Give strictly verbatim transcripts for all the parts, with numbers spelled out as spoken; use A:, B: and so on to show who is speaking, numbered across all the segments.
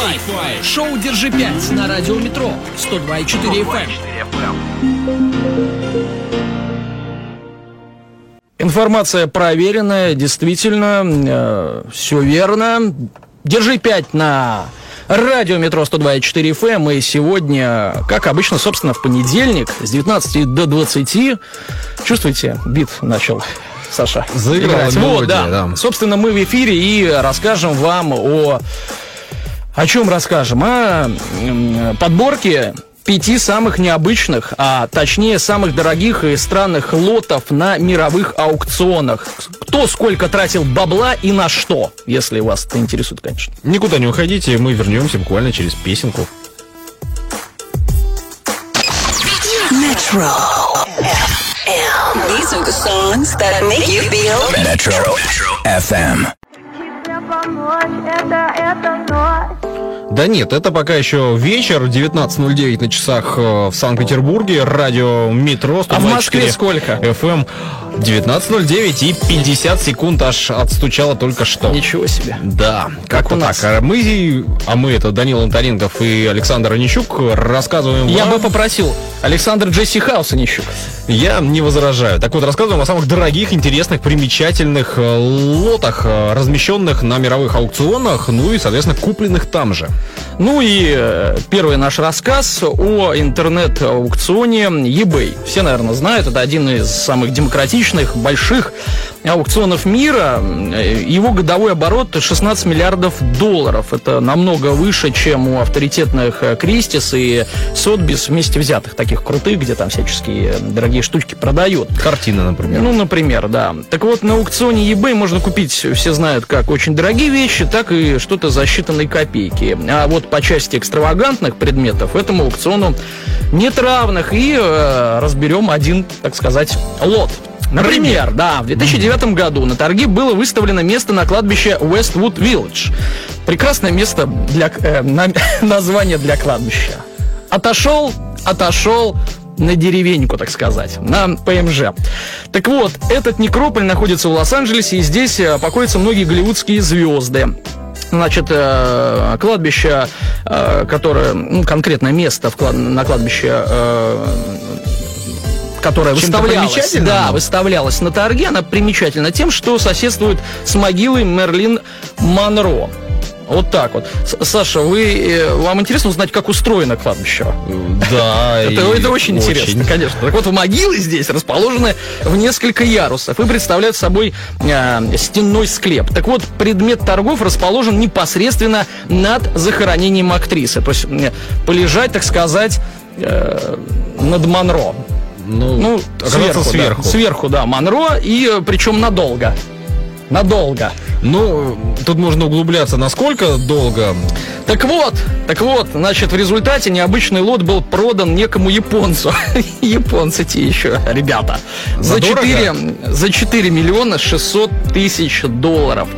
A: Wi-Fi. Шоу «Держи пять» на радио Метро сто два и четыре эф эм. Информация проверенная, действительно, э, все верно. «Держи пять» на радио Метро сто два и четыре эф эм. И сегодня, как обычно, собственно, в понедельник с девятнадцати до двадцати. Чувствуете, бит начал Саша
B: заиграть.
A: Вот, да. да. Собственно, мы в эфире и расскажем вам о... О чем расскажем? О подборке пяти самых необычных, а точнее самых дорогих и странных лотов на мировых аукционах. Кто сколько тратил бабла и на что, если вас это интересует, конечно.
B: Никуда не уходите, мы вернемся буквально через песенку.
C: Metro эф эм. These are the songs that make you feel Metro эф эм.
B: Да нет, это пока еще вечер, девятнадцать ноль девять на часах в Санкт-Петербурге, радио Метро сто два и четыре
A: эф эм. А в Москве сколько?
B: эф эм девятнадцать ноль девять и пятьдесят секунд аж отстучало только что.
A: Ничего себе.
B: Да,
A: как,
B: как-то
A: у нас.
B: так. А мы, а мы, это Данил Антоненков и Александр Онищук, рассказываем
A: Я
B: вам...
A: бы попросил Александр Джесси Хаус Онищук.
B: Я не возражаю. Так вот, рассказываем о самых дорогих, интересных, примечательных лотах, размещенных на мировых аукционах, ну и, соответственно, купленных там же.
A: Ну и э, первый наш рассказ о интернет-аукционе eBay. Все, наверное, знают, это один из самых демократичных, больших аукционов мира. Его годовой оборот шестнадцать миллиардов долларов. Это намного выше, чем у авторитетных Кристис и Сотбис вместе взятых, таких крутых, где там всяческие дорогие штучки продают.
B: Картина, например.
A: Ну, например, да. Так вот, на аукционе eBay можно купить, все знают, как очень дорогие вещи, так и что-то за считанные копейки. А вот по части экстравагантных предметов этому аукциону нет равных. И э, разберем один, так сказать, лот. Например, да, в две тысячи девятом году на торги было выставлено место на кладбище Westwood Village. Прекрасное место для э, на, название для кладбища. Отошел, отошел на деревеньку, так сказать, на ПМЖ. Так вот, этот некрополь находится в Лос-Анджелесе, и здесь покоятся многие голливудские звезды. Значит, э, кладбище, э, которое, ну, конкретное место в клад... на кладбище, э, которое выставлялось, да, выставлялось на торге, она примечательна тем, что соседствует с могилой Мерлин Монро. Вот так вот. Саша, вы, вам интересно узнать, как устроено кладбище?
B: Да.
A: это, это очень, очень интересно, конечно. Так вот, могилы здесь расположены в несколько ярусов и представляют собой э, стенной склеп. Так вот, предмет торгов расположен непосредственно над захоронением актрисы. То есть э, полежать, так сказать, э, над Монро.
B: Ну,
A: ну сверху,
B: сверху.
A: Да, сверху, да, Монро, и причем надолго. Надолго.
B: Ну, тут нужно углубляться, насколько долго.
A: Так вот, так вот, значит, в результате необычный лот был продан некому японцу. Японцы те еще, ребята. За четыре, за четыре миллиона шестьсот тысяч долларов.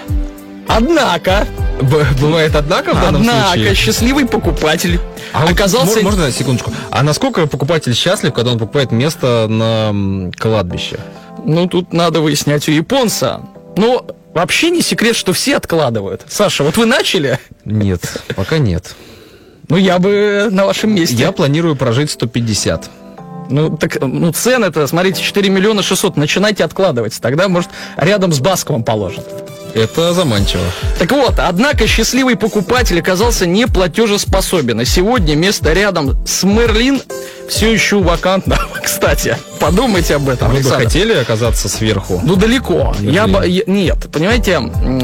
A: Однако...
B: Бывает однако в данном
A: однако,
B: случае?
A: Однако, счастливый покупатель а оказался...
B: Вот, можно, секундочку. А насколько покупатель счастлив, когда он покупает место на кладбище?
A: Ну, тут надо выяснять у японца. Ну, вообще не секрет, что все откладывают. Саша, вот вы начали?
B: Нет, пока нет.
A: Ну, я бы на вашем месте.
B: Я планирую прожить сто пятьдесят.
A: Ну, так, ну, цены-то, смотрите, четыре миллиона шестьсот. Начинайте откладывать. Тогда, может, рядом с Басковым положат.
B: Это заманчиво.
A: Так вот, однако счастливый покупатель оказался не платежеспособен. И сегодня место рядом с Мерлин все еще вакантно. Кстати, подумайте об этом.
B: Вы
A: Александр.
B: бы хотели оказаться сверху?
A: Ну, далеко. Я бы, я, нет, понимаете,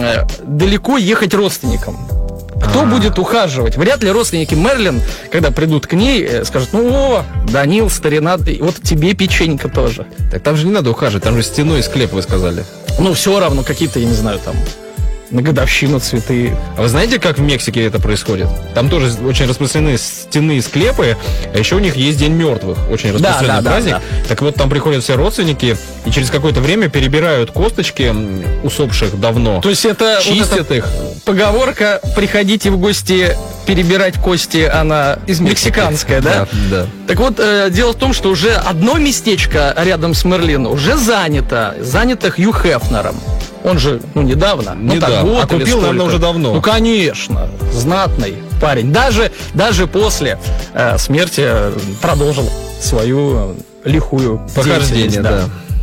A: далеко ехать родственникам. Кто А-а-а. будет ухаживать? Вряд ли родственники Мерлин, когда придут к ней, скажут: ну, о, Данил, старина, вот тебе печенька тоже.
B: Так там же не надо ухаживать, там же стеной склеп, вы сказали.
A: Ну, все равно какие-то, я не знаю, там, на годовщину цветы.
B: А вы знаете, как в Мексике это происходит? Там тоже очень распространены стенные склепы, а еще у них есть День мертвых, очень распространенный да, да, праздник. Да, да. Так вот, там приходят все родственники и через какое-то время перебирают косточки усопших давно.
A: То есть это
B: чистят вот их.
A: Поговорка «приходите в гости перебирать кости», она из мексиканская, да?
B: Да, да.
A: Так вот, э, дело в том, что уже одно местечко рядом с Мерлин уже занято, занято Хью Хефнером. Он же, ну, недавно.
B: Не
A: ну, так,
B: да.
A: год
B: А купил, наверное, уже давно.
A: Ну, конечно. Знатный парень. Даже, даже после э, смерти продолжил свою лихую
B: похождение, да.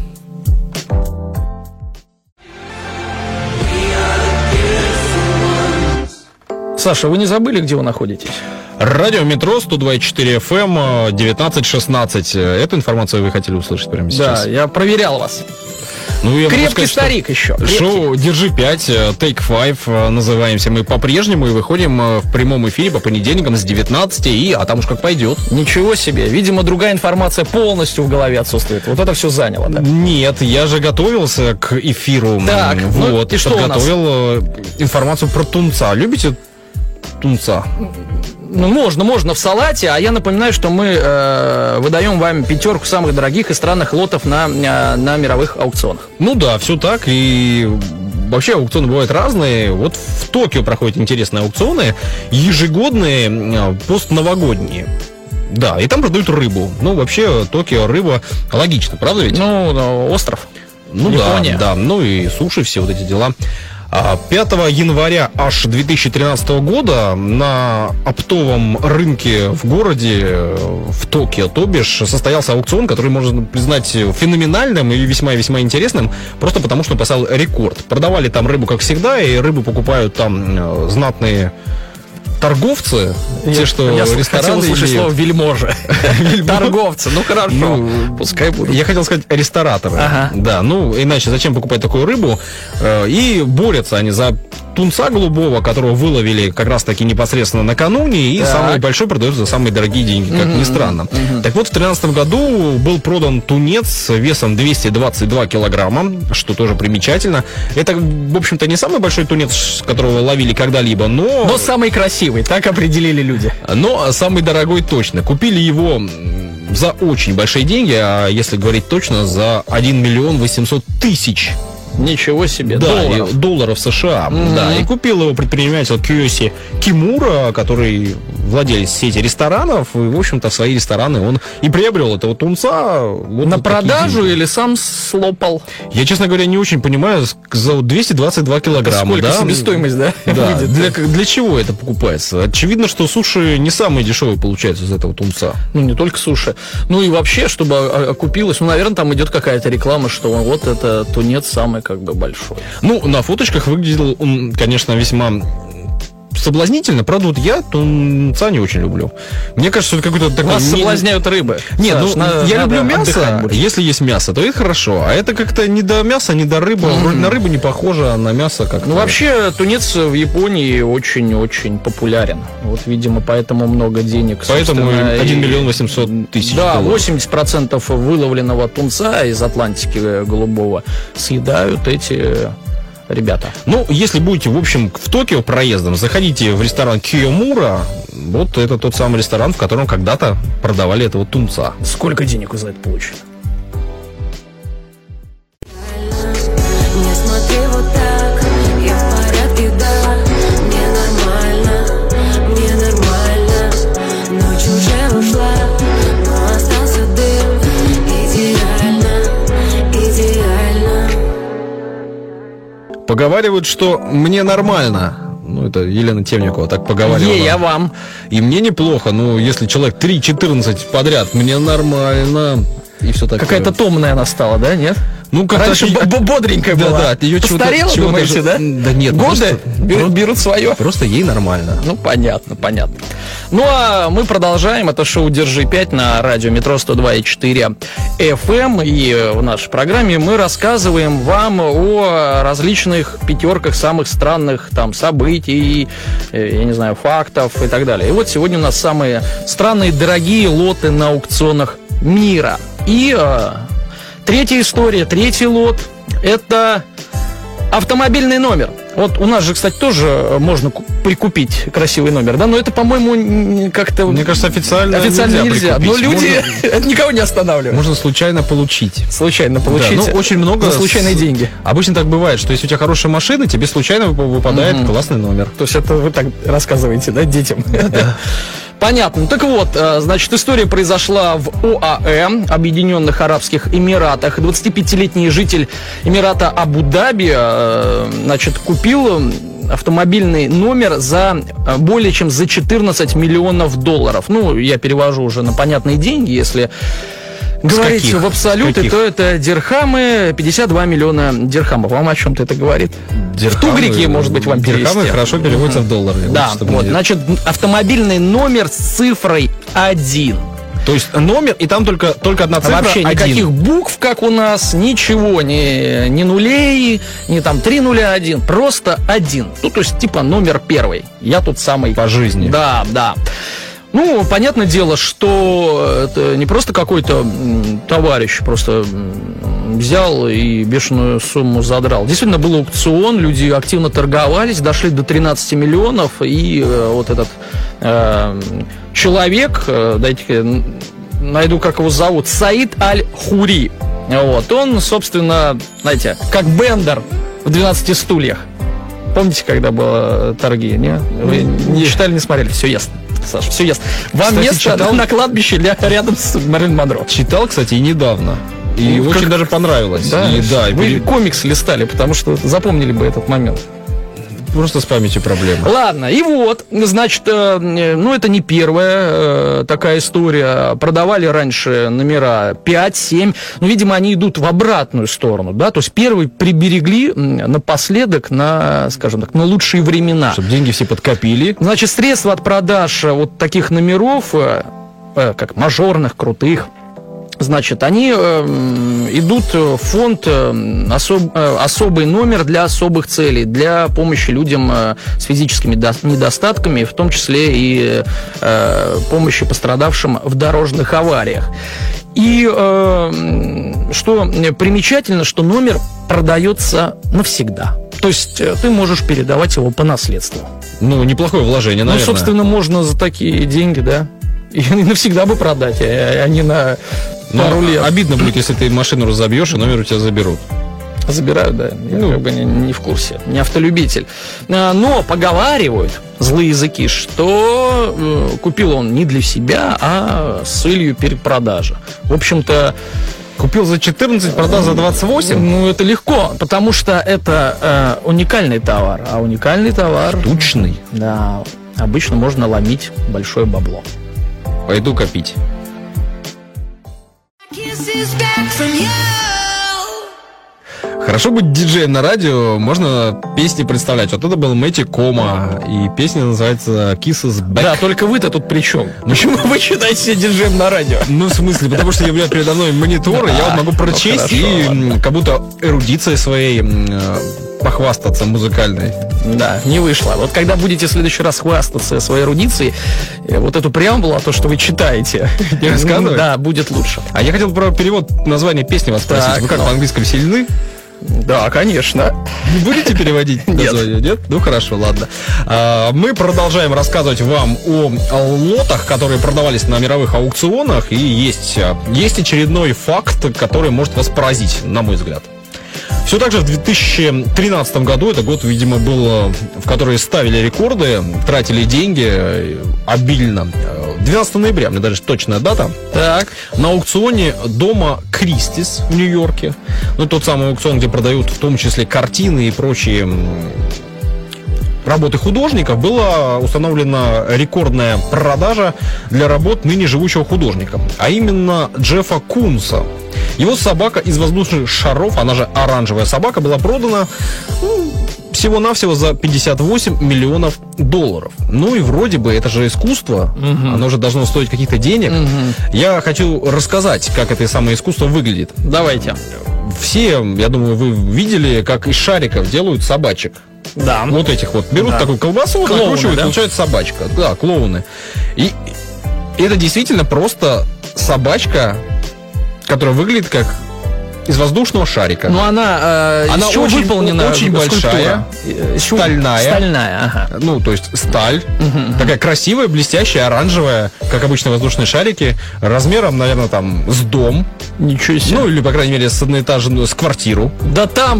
A: Саша, вы не забыли, где вы находитесь?
B: Радио Метро сто два и четыре эф эм, девятнадцать шестнадцать. Эту информацию вы хотели услышать прямо сейчас?
A: Да, я проверял вас.
B: Ну, я
A: крепкий
B: сказать,
A: старик еще. Крепкий.
B: Шоу «Держи пять», Take Five называемся мы по-прежнему и выходим в прямом эфире по понедельникам с девятнадцати, и, а там уж как пойдет.
A: Ничего себе. Видимо, другая информация полностью в голове отсутствует. Вот это все заняло, да?
B: Нет, я же готовился к эфиру.
A: Так,
B: вот,
A: ну, и что
B: подготовил у нас? Информацию про тунца. Любите тунца?
A: Ну, можно, можно в салате, а я напоминаю, что мы э, выдаем вам пятерку самых дорогих и странных лотов на, на, на мировых аукционах.
B: Ну да, все так, и вообще аукционы бывают разные. Вот в Токио проходят интересные аукционы, ежегодные, постновогодние. Да, и там продают рыбу. Ну, вообще, Токио, рыба, логично, правда ведь?
A: Ну, ну остров.
B: Ну
A: Япония.
B: да, да, ну и суши, все вот эти дела. пятого января аж две тысячи тринадцатого года на оптовом рынке в городе, в Токио, то бишь, состоялся аукцион, который можно признать феноменальным и весьма-весьма интересным, просто потому что он поставил рекорд. Продавали там рыбу, как всегда, и рыбу покупают там знатные торговцы,
A: я,
B: те, что
A: я
B: рестораны
A: хотел услышать
B: имеют.
A: слово вельможи. Торговцы, ну хорошо, ну, пускай будут.
B: Я хотел сказать рестораторы.
A: Ага.
B: Да, ну иначе зачем покупать такую рыбу? И борются они за тунца голубого, которого выловили как раз-таки непосредственно накануне, и так. самый большой продается за самые дорогие деньги, как mm-hmm. ни странно. Mm-hmm. Так вот, в две тысячи тринадцатом году был продан тунец весом двести двадцать два килограмма, что тоже примечательно. Это, в общем-то, не самый большой тунец, которого ловили когда-либо, но...
A: Но самый красивый, так определили люди.
B: Но самый дорогой точно. Купили его за очень большие деньги, а если говорить точно, за один миллион восемьсот тысяч.
A: Ничего себе,
B: да,
A: долларов.
B: И, долларов США. Mm-hmm. Да, и купил его предприниматель Киоси Кимура, который владелец сети ресторанов, и, в общем-то, в свои рестораны он и приобрел этого тунца. Вот
A: на
B: вот
A: продажу или сам слопал?
B: Я, честно говоря, не очень понимаю, за двести двадцать два килограмма.
A: Сколько
B: да?
A: себестоимость, да?
B: Да. Для, для чего это покупается? Очевидно, что суши не самые дешевые получаются из этого тунца.
A: Ну, не только суши. Ну и вообще, чтобы окупилось, ну, наверное, там идет какая-то реклама, что вот это тунец самый как бы большой.
B: Ну, на фоточках выглядел он, конечно, весьма соблазнительно. Правда, вот я тунца не очень люблю. Мне кажется, это какой-то такой...
A: Вас не... соблазняют рыбы.
B: Нет,
A: Саш,
B: ну,
A: надо,
B: я
A: надо
B: люблю мясо. Если есть мясо, то это хорошо. А это как-то не до мяса, не до рыбы. Mm-hmm. Вроде на рыбу не похоже, а на мясо как-то...
A: Ну, вообще, тунец в Японии очень-очень популярен. Вот, видимо, поэтому много денег.
B: Поэтому один миллион восемьсот тысяч
A: Да,
B: долларов.
A: восемьдесят процентов выловленного тунца из Атлантики голубого съедают эти... ребята.
B: Ну, если будете, в общем, в Токио проездом, заходите в ресторан Киомура. Вот это тот самый ресторан, в котором когда-то продавали этого тунца.
A: Сколько денег вы за это получили?
B: Поговаривают, что мне нормально. Ну, это Елена Темникова так поговаривала.
A: Ей, я вам.
B: И мне неплохо. Ну, если человек три четырнадцать подряд, мне нормально. И все такое.
A: Какая-то томная она стала, да, нет?
B: Ну, как
A: раньше б- бодренькая
B: да,
A: была.
B: Да, да.
A: Постарела, чего-то, думаете,
B: чего-то...
A: да?
B: Да нет.
A: Годы
B: просто...
A: берут, берут свое.
B: Просто ей нормально.
A: Ну, понятно, понятно. Ну, а мы продолжаем. Это шоу «Держи пять» на радио Метро сто два и четыре эф эм. И в нашей программе мы рассказываем вам о различных пятерках самых странных там событий, я не знаю, фактов и так далее. И вот сегодня у нас самые странные, дорогие лоты на аукционах мира. И э, третья история, третий лот – это автомобильный номер. Вот у нас же, кстати, тоже можно прикупить красивый номер, да, но это, по-моему, как-то...
B: Мне кажется, официально,
A: официально нельзя.
B: нельзя
A: но люди
B: можно...
A: это никого не останавливает.
B: Можно случайно получить.
A: Случайно получить.
B: Да, ну, очень много...
A: За случайные с... деньги.
B: Обычно так бывает, что если у тебя хорошая машина, тебе случайно выпадает mm-hmm. классный номер.
A: То есть это вы так рассказываете, да, детям?
B: Да.
A: Понятно. Так вот, значит, история произошла в ОАЭ, Объединенных Арабских Эмиратах. двадцатипятилетний житель Эмирата Абу-Даби, значит, купил автомобильный номер за более чем за четырнадцать миллионов долларов. Ну, я перевожу уже на понятные деньги, если говорить
B: каких?
A: в абсолюте, то это дирхамы, пятьдесят два миллиона дирхамов. Вам о чем-то это говорит?
B: Дирхамы,
A: в тугрики, может быть, вам перевести.
B: Дирхамы хорошо переводятся в доллары.
A: Да, вот, вот значит, автомобильный номер с цифрой один.
B: То есть номер, и там только, только одна цифра.
A: Вообще никаких
B: один.
A: букв, как у нас, ничего, ни, ни нулей, ни там три нуля один, просто один. Ну, то есть, типа, номер первый. Я тут самый...
B: По жизни.
A: Да, да. Ну, понятное дело, что это не просто какой-то товарищ просто взял и бешеную сумму задрал. Действительно, был аукцион, люди активно торговались, дошли до тринадцати миллионов, и э, вот этот э, человек, э, дайте найду, как его зовут, Саид Аль-Хури. Вот, он, собственно, знаете, как Бендер в «двенадцати стульях». Помните, когда было торги, не? Вы не читали, не смотрели? Все ясно. Саша, все ясно. Вам кстати, место читал... на кладбище рядом с Мэрилин Монро.
B: Читал, кстати, и недавно. И ну, очень как... даже понравилось.
A: Да,
B: и, да,
A: вы
B: и...
A: комикс листали, потому что запомнили бы этот момент.
B: Просто с памятью проблемы.
A: Ладно, и вот, значит, э, ну, это не первая э, такая история. Продавали раньше номера пять, семь. Ну, видимо, они идут в обратную сторону, да. То есть первый приберегли напоследок на, скажем так, на лучшие времена.
B: Чтобы деньги все подкопили.
A: Значит, средства от продаж вот таких номеров, э, э, как мажорных, крутых, значит, они э, идут в фонд э, особ, э, особый номер для особых целей, для помощи людям э, с физическими до, недостатками, в том числе и э, помощи пострадавшим в дорожных авариях. И э, что примечательно, что номер продается навсегда. То есть э, ты можешь передавать его по наследству.
B: Ну, неплохое вложение, наверное.
A: Ну, собственно, можно за такие деньги, да, и навсегда бы продать, а не на...
B: Но обидно будет, если ты машину разобьешь, и номер у тебя заберут.
A: Забирают, да. Я ну, как бы не, не в курсе. Не автолюбитель. Но поговаривают злые языки, что э, купил он не для себя, а с целью перепродажи. В общем-то...
B: Купил за четырнадцать, продал за двадцать восемь?
A: Ну, это легко, потому что это э, уникальный товар. А уникальный товар...
B: Штучный.
A: Да. Обычно можно ломить большое бабло.
B: Пойду копить. Хорошо быть диджеем на радио, можно песни представлять. Вот это был Мэтти Кома, и песня называется Kisses Back.
A: Да, только вы-то тут при чем? Почему вы считаете себя диджеем на радио?
B: Ну, в смысле, потому что я, блядь, передо мной монитор, и я вот могу прочесть и как будто эрудицией своей похвастаться музыкальной.
A: Да, не вышло. Вот когда будете в следующий раз хвастаться своей эрудицией, вот эту преамбулу, а то, что вы читаете,
B: не рассказывай?
A: Да, будет лучше.
B: А я хотел про перевод названия песни вас спросить.
A: Так,
B: вы как,
A: ну.
B: в английском сильны?
A: Да, конечно.
B: Не будете переводить название? Нет. Нет? Ну хорошо, ладно. А, мы продолжаем рассказывать вам о, о лотах, которые продавались на мировых аукционах. И есть, есть очередной факт, который может вас поразить, на мой взгляд. Все так же в две тысячи тринадцатом году, это год, видимо, был, в который ставили рекорды, тратили деньги обильно. двенадцатого ноября, мне даже точная дата. Так. На аукционе дома Кристис в Нью-Йорке, ну, тот самый аукцион, где продают в том числе картины и прочие работы художников, была установлена рекордная продажа для работ ныне живущего художника, а именно Джеффа Кунса. Его собака из воздушных шаров, она же оранжевая собака, была продана ну, всего-навсего за пятьдесят восемь миллионов долларов. Ну и вроде бы это же искусство, угу. Оно же должно стоить каких-то денег. Угу. Я хочу рассказать, как это самое искусство выглядит.
A: Давайте.
B: Все, я думаю, вы видели, как из шариков делают собачек.
A: Да.
B: Вот этих вот. Берут да. такую колбасу, клоуны, накручивают, да? Получается собачка. Да, клоуны. И это действительно просто собачка, которая выглядит как из воздушного шарика.
A: Ну, она, э,
B: она очень, выполнена, очень большая, стальная.
A: Стальная, ага.
B: Ну, то есть сталь. Угу, такая красивая, блестящая, оранжевая, как обычно воздушные шарики. Размером, наверное, там с дом.
A: Ничего себе.
B: Ну, или, по крайней мере, с одноэтажную, с квартиру.
A: Да там...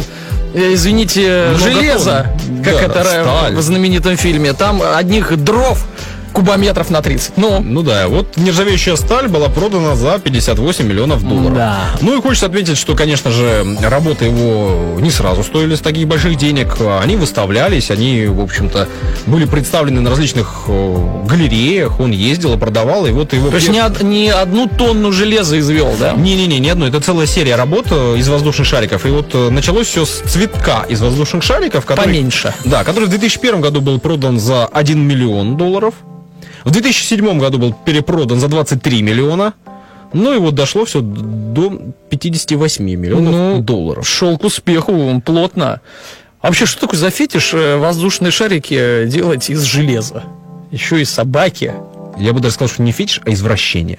A: Извините, много железо, тонн. Как да, это сталь. В знаменитом фильме. Там одних дров кубометров на тридцать. Ну,
B: ну да, вот нержавеющая сталь была продана за пятьдесят восемь миллионов долларов.
A: Да.
B: Ну и хочется отметить, что, конечно же, работы его не сразу стоили таких больших денег. Они выставлялись, они, в общем-то, были представлены на различных галереях. Он ездил и продавал, и вот его...
A: То есть не, од- не одну тонну железа извел, да?
B: Не-не-не, не одну. Это целая серия работ из воздушных шариков. И вот началось все с цветка из воздушных шариков, который...
A: Поменьше.
B: Да, который в две тысячи первом году был продан за один миллион долларов. В две тысячи седьмом году был перепродан за двадцать три миллиона. Ну и вот дошло все до пятьдесят восемь миллионов ну, долларов.
A: Шел к успеху плотно. А вообще, что такое за фетиш воздушные шарики делать из железа? Еще и собаки.
B: Я бы даже сказал, что не фетиш, а извращение.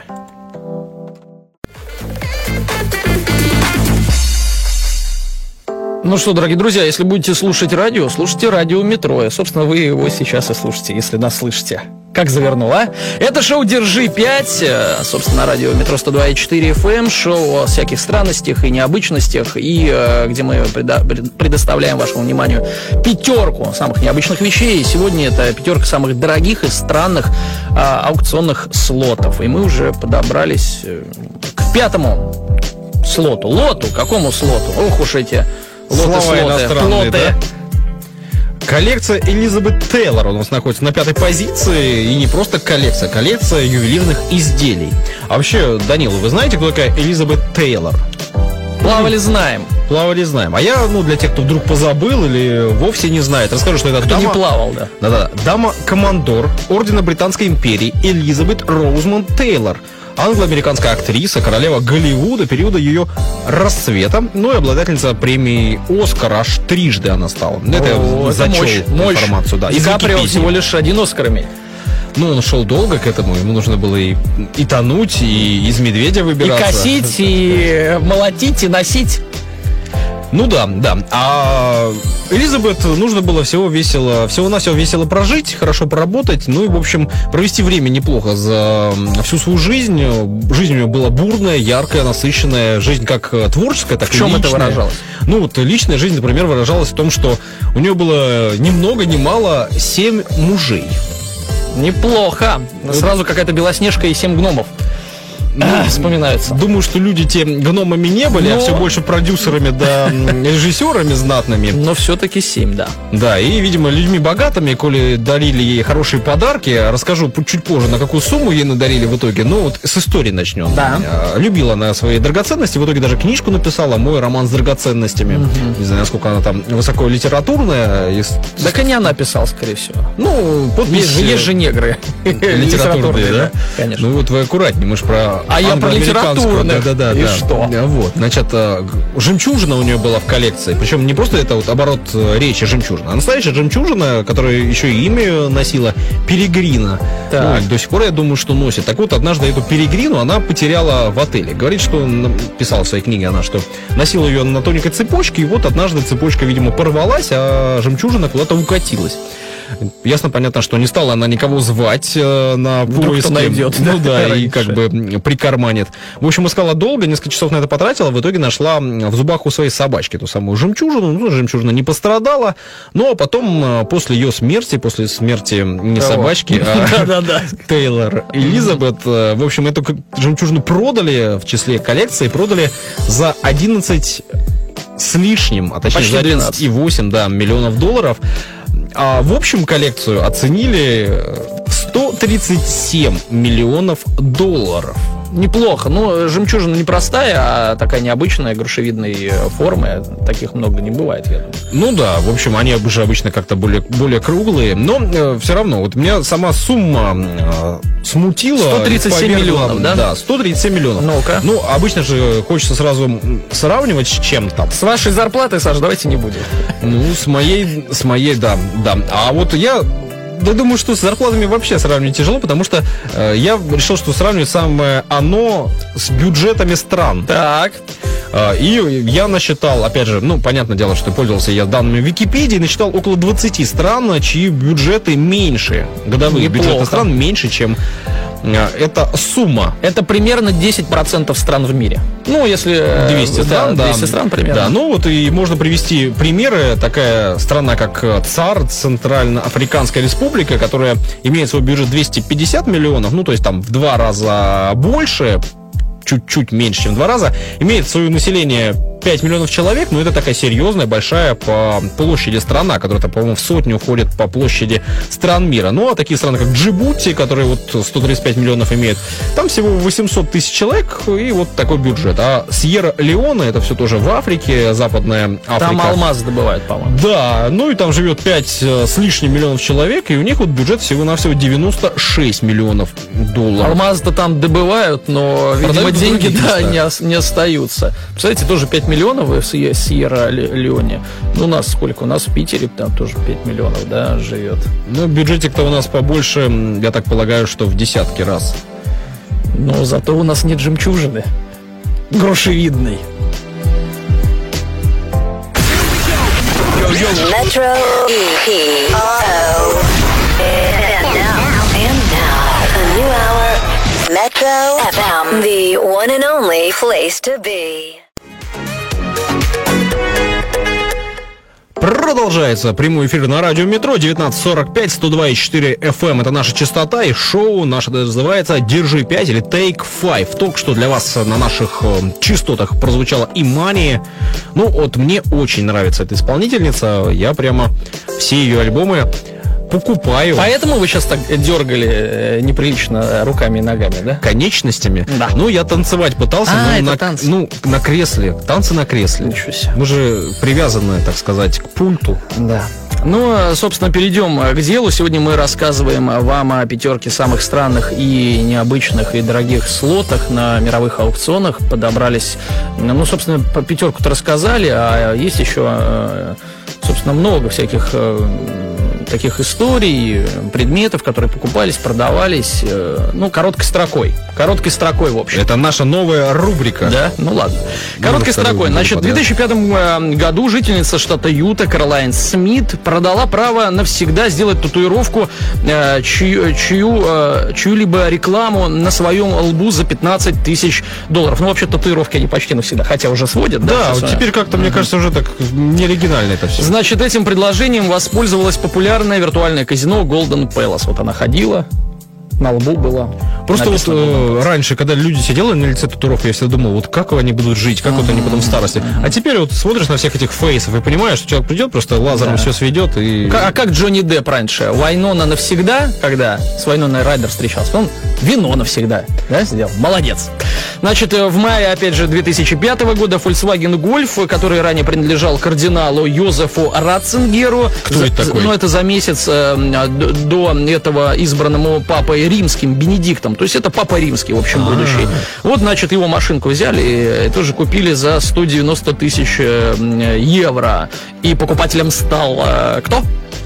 A: Ну что, дорогие друзья, если будете слушать радио, слушайте радио Метро. И, собственно, вы его сейчас и слушаете, если нас слышите. Как завернул, а? Это шоу «Держи пять», собственно, радио Метро сто два и четыре эф эм, шоу о всяких странностях и необычностях, и где мы предо- предоставляем вашему вниманию пятерку самых необычных вещей. И сегодня это пятерка самых дорогих и странных а, аукционных слотов. И мы уже подобрались к пятому слоту. Лоту? Какому слоту? Ох уж эти лоты-слоты, плоты. Да?
B: Коллекция Элизабет Тейлор у нас находится на пятой позиции. И не просто коллекция, коллекция ювелирных изделий. А вообще, Данила, вы знаете, кто такая Элизабет Тейлор?
A: Плавали знаем.
B: Плавали знаем. А я, ну, для тех, кто вдруг позабыл или вовсе не знает, расскажу, что это
A: кто
B: дама...
A: не плавал, да.
B: Да-да. Дама-командор Ордена Британской империи Элизабет Роузмонд Тейлор. Англо-американская актриса, королева Голливуда периода ее расцвета, ну и обладательница премии «Оскар», аж трижды она стала. Это
A: О,
B: зачел
A: это мощь,
B: информацию. Да,
A: Ди Каприо всего лишь один «Оскар» имеет.
B: Ну, он шел долго к этому, ему нужно было и, и тонуть, и из медведя выбираться.
A: И косить, и молотить, и носить.
B: Ну да, да. А Элизабет нужно было всего весело, всего-навсего весело прожить, хорошо поработать, ну и, в общем, провести время неплохо за всю свою жизнь. Жизнь у нее была бурная, яркая, насыщенная. Жизнь как творческая, так и личная.
A: В чем это выражалось?
B: Ну вот личная жизнь, например, выражалась в том, что у нее было ни много ни мало семь мужей.
A: Неплохо. Сразу какая-то Белоснежка и семь гномов. А, вспоминаются.
B: Думаю, что люди те гномами не были, но... а все больше продюсерами да режиссерами знатными.
A: Но все-таки семь, да.
B: Да, и, видимо, людьми богатыми, коли дарили ей хорошие подарки. Расскажу чуть позже, на какую сумму ей надарили в итоге. Ну, вот с истории начнем.
A: Да.
B: Любила она свои драгоценности, в итоге даже книжку написала, «Мой роман с драгоценностями». Угу. Не знаю, насколько она там высоколитературная. И...
A: Так и не она писала, скорее всего.
B: Ну, подпись...
A: Есть, есть же негры.
B: Литературные, да?
A: Конечно.
B: Ну, вот вы аккуратнее, мы же про...
A: А я про литературных.
B: Да, да, да.
A: И
B: да.
A: что?
B: Вот. Значит, жемчужина у нее была в коллекции. Причем не просто это вот оборот речи жемчужина, а настоящая жемчужина, которая еще и имя носила, Перегрина. Ну, до сих пор, я думаю, что носит. Так вот, однажды эту Перегрину она потеряла в отеле. Говорит, что писала в своей книге она, что носила ее на тоненькой цепочке, и вот однажды цепочка, видимо, порвалась, а жемчужина куда-то укатилась. Ясно, понятно, что не стала она никого звать э, на поиски.
A: Найдет.
B: Ну да, и как бы прикарманит. В общем, искала долго, несколько часов на это потратила, в итоге нашла в зубах у своей собачки ту самую жемчужину. Ну, жемчужина не пострадала, ну а потом, после ее смерти, после смерти не собачки, а Тейлор Элизабет, в общем, эту жемчужину продали в числе коллекции, продали за одиннадцать с лишним, а точнее за одиннадцать и восемь да, миллионов долларов. А в общем коллекцию оценили сто тридцать семь миллионов долларов.
A: Неплохо. Ну, жемчужина не простая, а такая необычная, грушевидной формы. Таких много не бывает, я думаю.
B: Ну да, в общем, они же обычно как-то более, более круглые. Но э, все равно, вот меня сама сумма э, смутила.
A: сто тридцать семь миллионов, да?
B: Да, сто тридцать семь миллионов.
A: Ну-ка.
B: Ну, обычно же хочется сразу сравнивать с чем-то.
A: С вашей зарплатой, Саш, давайте не будем.
B: Ну, с моей, с моей, да, да. А вот я... Да, думаю, что с зарплатами вообще сравнивать тяжело, потому что э, я решил, что сравнивать самое оно с бюджетами стран.
A: Так.
B: Э, и я насчитал, опять же, ну, понятное дело, что пользовался я данными Википедии, насчитал около двадцати стран, чьи бюджеты меньше, годовые
A: Неплохо.
B: бюджеты стран меньше, чем это сумма.
A: Это примерно десять процентов стран в мире. Ну, если...
B: двести стран, да.
A: двести стран примерно.
B: Да, ну вот и можно привести примеры. Такая страна, как ЦАР, Центральноафриканская Республика, которая имеет свой бюджет двести пятьдесят миллионов, ну, то есть там в два раза больше, чуть-чуть меньше, чем в два раза, имеет свое население пять миллионов человек, но это такая серьезная, большая по площади страна, которая, там, по-моему, в сотню уходит по площади стран мира. Ну, а такие страны, как Джибути, которые вот сто тридцать пять миллионов имеют, там всего восемьсот тысяч человек, и вот такой бюджет. А Сьерра-Леоне, это все тоже в Африке, Западная Африка.
A: Там алмаз добывают, по-моему.
B: Да, ну и там живет пять с лишним миллионов человек, и у них вот бюджет всего-навсего девяносто шесть миллионов долларов.
A: Алмаз-то там добывают, но, видимо, деньги, да, не, не остаются. Представляете, тоже пять миллионов в Сьерра-Леоне. Ну, у нас сколько? У нас в Питере там тоже пять миллионов, да, живет.
B: Ну, бюджетик-то у нас побольше, я так полагаю, что в десятки раз.
A: Но зато у нас нет жемчужины грошевидной.
C: Metro E P O. And now, and now, a new hour, Metro эф эм, the one and only place to be.
B: Продолжается прямой эфир на радио Метро девятнадцать сорок пять, сто два и четыре эф эм. Это наша частота, и шоу наше называется «Держи пять» или «Take five». Только что для вас на наших частотах прозвучала Имани. Ну, вот мне очень нравится эта исполнительница. Я прямо все ее альбомы покупаю.
A: Поэтому вы сейчас так дергали неприлично руками и ногами, да?
B: Конечностями?
A: Да.
B: Ну, я танцевать пытался,
A: а,
B: но
A: это
B: на,
A: танцы.
B: ну, на кресле. Танцы на кресле.
A: Ничего себе.
B: Мы же привязаны, так сказать, к пульту.
A: Да. Ну, собственно, перейдем к делу. Сегодня мы рассказываем вам о пятерке самых странных и необычных и дорогих слотах на мировых аукционах. Подобрались, ну, собственно, по пятерку-то рассказали, а есть еще, собственно, много всяких таких историй, предметов, которые покупались, продавались, ну, короткой строкой. Короткой строкой, в общем.
B: Это наша новая рубрика.
A: Да? Ну, ладно. Короткой строкой. Значит, в две тысячи пятом году жительница штата Юта Каролайн Смит продала право навсегда сделать татуировку, чью, чью, чью-либо рекламу на своем лбу за пятнадцать тысяч долларов. Ну, вообще, татуировки они почти навсегда, хотя уже сводят.
B: Да,
A: да
B: вот теперь как-то, мне кажется, уже так неоригинально это все.
A: Значит, этим предложением воспользовалась популярная виртуальное казино Golden Palace. Вот она ходила, на лбу была.
B: Просто вот э, раньше, когда люди сидели на лице татуировки, я всегда думал, вот как они будут жить, как вот они потом в старости. А теперь вот смотришь на всех этих фейсов и понимаешь, что человек придет, просто лазером да. все сведет и...
A: А как Джонни Депп раньше? Вайнона навсегда, когда с Вайноной Райдер встречался, он вино навсегда, да, сделал. Молодец. Значит, в мае, опять же, две тысячи пятого года Volkswagen Golf, который ранее принадлежал кардиналу Йозефу Ратцингеру.
B: Кто
A: за,
B: это такой?
A: Ну, это за месяц э, до этого избранному папой Римским Бенедиктом. То есть это папа Римский, в общем, будущий. Вот, значит, его машинку взяли и тоже купили за сто девяносто тысяч евро. И покупателем стал э, кто?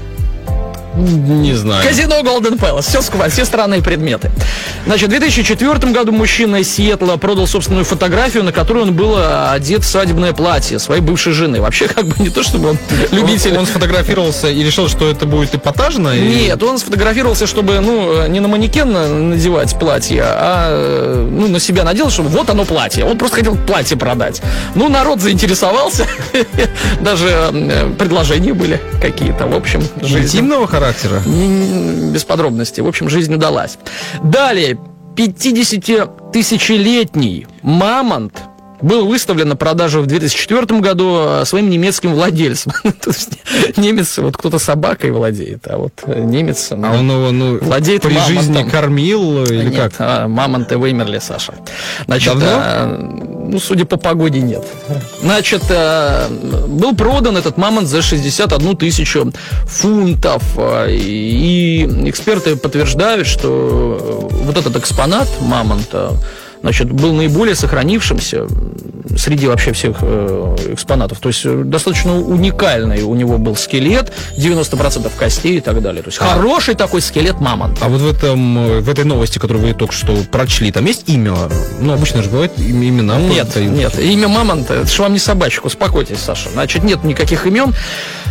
B: Не знаю.
A: Казино Golden Palace. Все скупали, все странные предметы. Значит, в две тысячи четвёртом году мужчина из Сиэтла продал собственную фотографию, на которой он был одет в свадебное платье своей бывшей жены. Вообще, как бы не то, чтобы он любитель...
B: Он, он сфотографировался и решил, что это будет эпатажно? И...
A: Нет, он сфотографировался, чтобы, ну, не на манекен надевать платье, а, ну, на себя надел, чтобы вот оно платье. Он просто хотел платье продать. Ну, народ заинтересовался. Даже предложения были какие-то, в общем.
B: Интимного характера?
A: Без подробностей. В общем, жизнь удалась. Далее. пятидесятитысячелетний мамонт был выставлен на продажу в две тысячи четвёртом году своим немецким владельцем. То есть немец, вот кто-то собакой владеет, а вот немец
B: а он его, ну,
A: владеет
B: при
A: мамонтом.
B: жизни кормил или
A: нет,
B: как?
A: А, мамонты вымерли, Саша. Значит, а, ну, судя по погоде, нет. Значит, а, был продан этот мамонт за шестьдесят одну тысячу фунтов. И эксперты подтверждают, что вот этот экспонат мамонта, значит, был наиболее сохранившимся среди вообще всех э, экспонатов. То есть достаточно уникальный у него был скелет, девяносто процентов костей и так далее. То есть а. хороший такой скелет мамонта.
B: А вот в, этом, в этой новости, которую вы только что прочли, там есть имя? Ну, обычно же бывает имена.
A: Нет, нет, имя мамонта, это же вам не собачек, успокойтесь, Саша. Значит, нет никаких имен.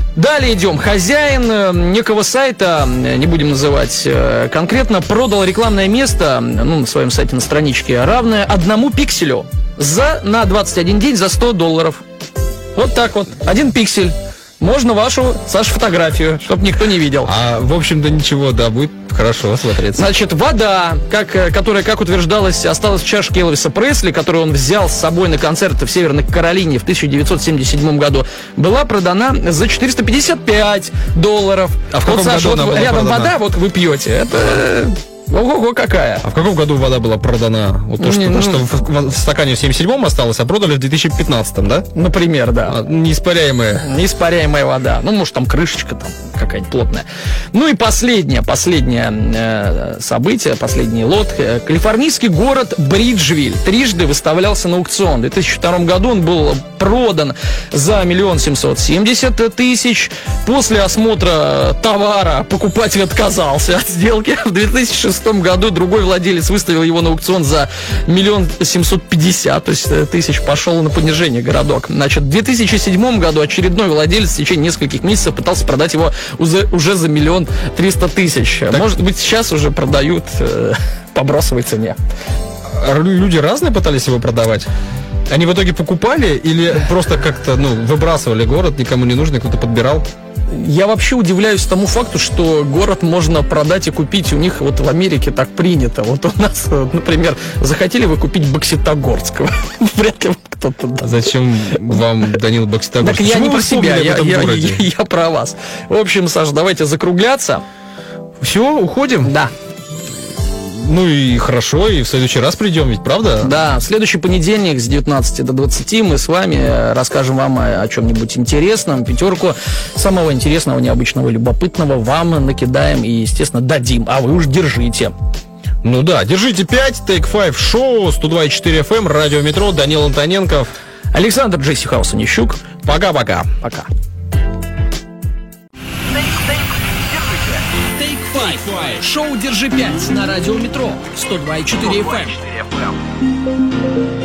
A: Далее идем. Хозяин некого сайта, не будем называть конкретно, продал рекламное место, ну, на своем сайте, на страничке, равное одному пикселю за, на двадцать один день за сто долларов. Вот так вот. Один пиксель. Можно вашу, Саша, фотографию, чтобы никто не видел.
B: А, в общем-то, ничего, да, будет хорошо смотреться.
A: Значит, вода, как, которая, как утверждалось, осталась в чашке Элвиса Пресли, которую он взял с собой на концерт в Северной Каролине в тысяча девятьсот семьдесят седьмом году, была продана за четыреста пятьдесят пять долларов.
B: А в каком
A: вот, Саша,
B: году
A: вот
B: она была
A: рядом
B: продана?
A: вода, вот вы пьете, это... Ого-го, какая.
B: А в каком году вода была продана? Вот то, что,
A: Не, ну...
B: что в, в стакане в семьдесят седьмом осталось, а продали в две тысячи пятнадцатом, да?
A: Например, да.
B: А, неиспаряемая.
A: Неиспаряемая вода. Ну, может, там крышечка там какая-нибудь плотная. Ну и последнее, последнее э, событие, последний лот. Калифорнийский город Бриджвиль трижды выставлялся на аукцион. В две тысячи втором году он был продан за миллион семьсот семьдесят тысяч. После осмотра товара покупатель отказался от сделки. В две тысячи шестом году другой владелец выставил его на аукцион за миллион семьсот пятьдесят тысяч. Пошел на понижение городок. Значит, в две тысячи седьмом году очередной владелец в течение нескольких месяцев пытался продать его уже, уже за миллион триста тысяч. Так... Может быть, сейчас уже продают э, по бросовой цене.
B: Люди разные пытались его продавать? Они в итоге покупали или просто как-то, ну, выбрасывали город, никому не нужно, кто-то подбирал?
A: Я вообще удивляюсь тому факту, что город можно продать и купить. У них вот в Америке так принято. Вот у нас, например, захотели вы купить Бокситогорского? Вряд ли кто-то...
B: А зачем вам Данил Бокситогорский?
A: Так я не про себя, я, я, я, я про вас. В общем, Саша, давайте закругляться.
B: Все, уходим?
A: Да.
B: Ну и хорошо, и в следующий раз придем, ведь правда?
A: Да, в следующий понедельник с девятнадцати до двадцати мы с вами расскажем вам о, о чем-нибудь интересном. Пятерку самого интересного, необычного, любопытного вам накидаем и, естественно, дадим. А вы уж держите.
B: Ну да, держите пять, Take Five шоу, сто два и четыре эф эм, радио Метро, Данил Антоненков,
A: Александр Джесси Хаус Онищук.
B: Пока-пока.
A: Пока.
D: Шоу «Держи пять» на радио Метро сто два и четыре эф эм.